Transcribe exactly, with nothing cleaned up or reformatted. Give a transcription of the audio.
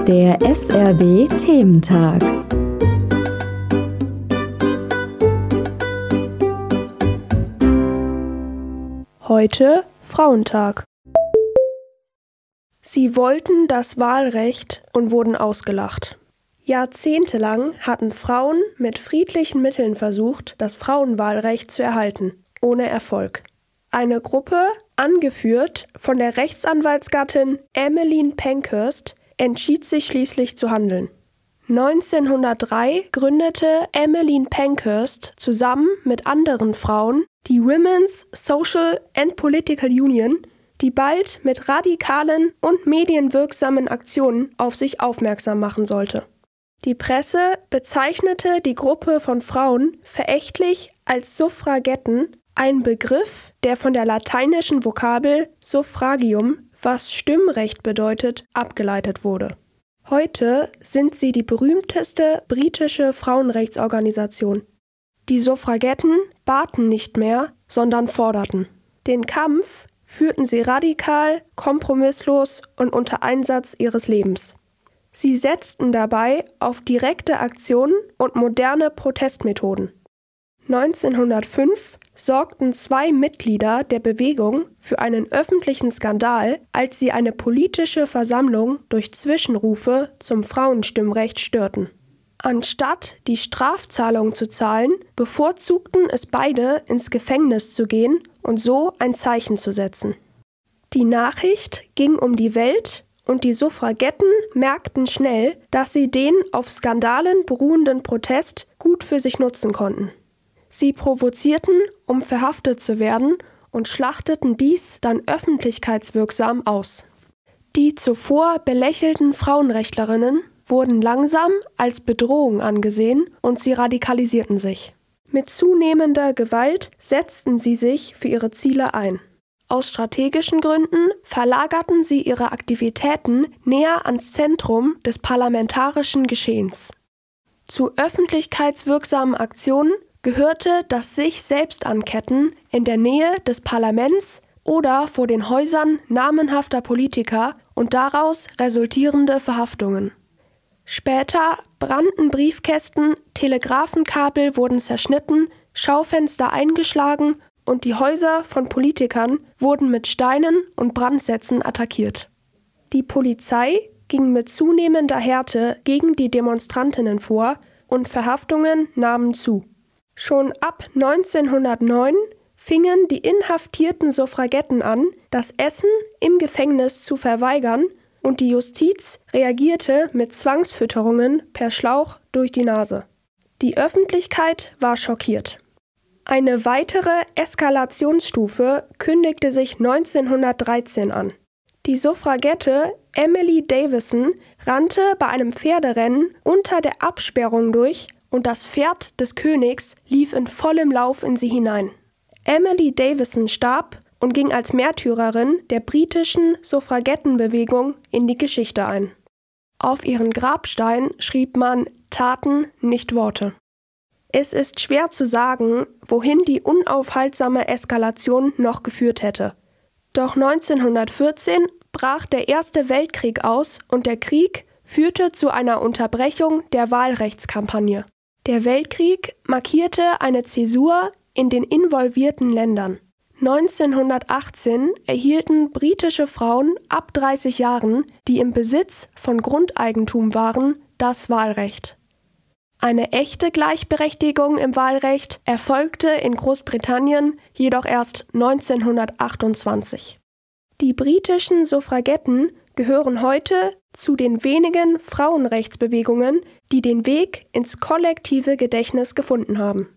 Der S R B-Thementag. Heute Frauentag. Sie wollten das Wahlrecht und wurden ausgelacht. Jahrzehntelang hatten Frauen mit friedlichen Mitteln versucht, das Frauenwahlrecht zu erhalten, ohne Erfolg. Eine Gruppe, angeführt von der Rechtsanwaltsgattin Emmeline Pankhurst, entschied sich schließlich zu handeln. neunzehnhundertdrei gründete Emmeline Pankhurst zusammen mit anderen Frauen die Women's Social and Political Union, die bald mit radikalen und medienwirksamen Aktionen auf sich aufmerksam machen sollte. Die Presse bezeichnete die Gruppe von Frauen verächtlich als Suffragetten, ein Begriff, der von der lateinischen Vokabel suffragium, was Stimmrecht bedeutet, abgeleitet wurde. Heute sind sie die berühmteste britische Frauenrechtsorganisation. Die Suffragetten baten nicht mehr, sondern forderten. Den Kampf führten sie radikal, kompromisslos und unter Einsatz ihres Lebens. Sie setzten dabei auf direkte Aktionen und moderne Protestmethoden. neunzehnhundertfünf sorgten zwei Mitglieder der Bewegung für einen öffentlichen Skandal, als sie eine politische Versammlung durch Zwischenrufe zum Frauenstimmrecht störten. Anstatt die Strafzahlung zu zahlen, bevorzugten es beide, ins Gefängnis zu gehen und so ein Zeichen zu setzen. Die Nachricht ging um die Welt und die Suffragetten merkten schnell, dass sie den auf Skandalen beruhenden Protest gut für sich nutzen konnten. Sie provozierten, um verhaftet zu werden, und schlachteten dies dann öffentlichkeitswirksam aus. Die zuvor belächelten Frauenrechtlerinnen wurden langsam als Bedrohung angesehen und sie radikalisierten sich. Mit zunehmender Gewalt setzten sie sich für ihre Ziele ein. Aus strategischen Gründen verlagerten sie ihre Aktivitäten näher ans Zentrum des parlamentarischen Geschehens. Zu öffentlichkeitswirksamen Aktionen gehörte das Sich-Selbst-Anketten in der Nähe des Parlaments oder vor den Häusern namenhafter Politiker und daraus resultierende Verhaftungen. Später brannten Briefkästen, Telegrafenkabel wurden zerschnitten, Schaufenster eingeschlagen und die Häuser von Politikern wurden mit Steinen und Brandsätzen attackiert. Die Polizei ging mit zunehmender Härte gegen die Demonstrantinnen vor und Verhaftungen nahmen zu. Schon ab neunzehnhundertneun fingen die inhaftierten Suffragetten an, das Essen im Gefängnis zu verweigern und die Justiz reagierte mit Zwangsfütterungen per Schlauch durch die Nase. Die Öffentlichkeit war schockiert. Eine weitere Eskalationsstufe kündigte sich neunzehnhundertdreizehn an. Die Suffragette Emily Davison rannte bei einem Pferderennen unter der Absperrung durch und das Pferd des Königs lief in vollem Lauf in sie hinein. Emily Davison starb und ging als Märtyrerin der britischen Suffragettenbewegung in die Geschichte ein. Auf ihren Grabstein schrieb man Taten, nicht Worte. Es ist schwer zu sagen, wohin die unaufhaltsame Eskalation noch geführt hätte. Doch neunzehnhundertvierzehn brach der Erste Weltkrieg aus und der Krieg führte zu einer Unterbrechung der Wahlrechtskampagne. Der Weltkrieg markierte eine Zäsur in den involvierten Ländern. neunzehnhundertachtzehn erhielten britische Frauen ab dreißig Jahren, die im Besitz von Grundeigentum waren, das Wahlrecht. Eine echte Gleichberechtigung im Wahlrecht erfolgte in Großbritannien jedoch erst neunzehnhundertachtundzwanzig. Die britischen Suffragetten gehören heute zu den wenigen Frauenrechtsbewegungen, die den Weg ins kollektive Gedächtnis gefunden haben.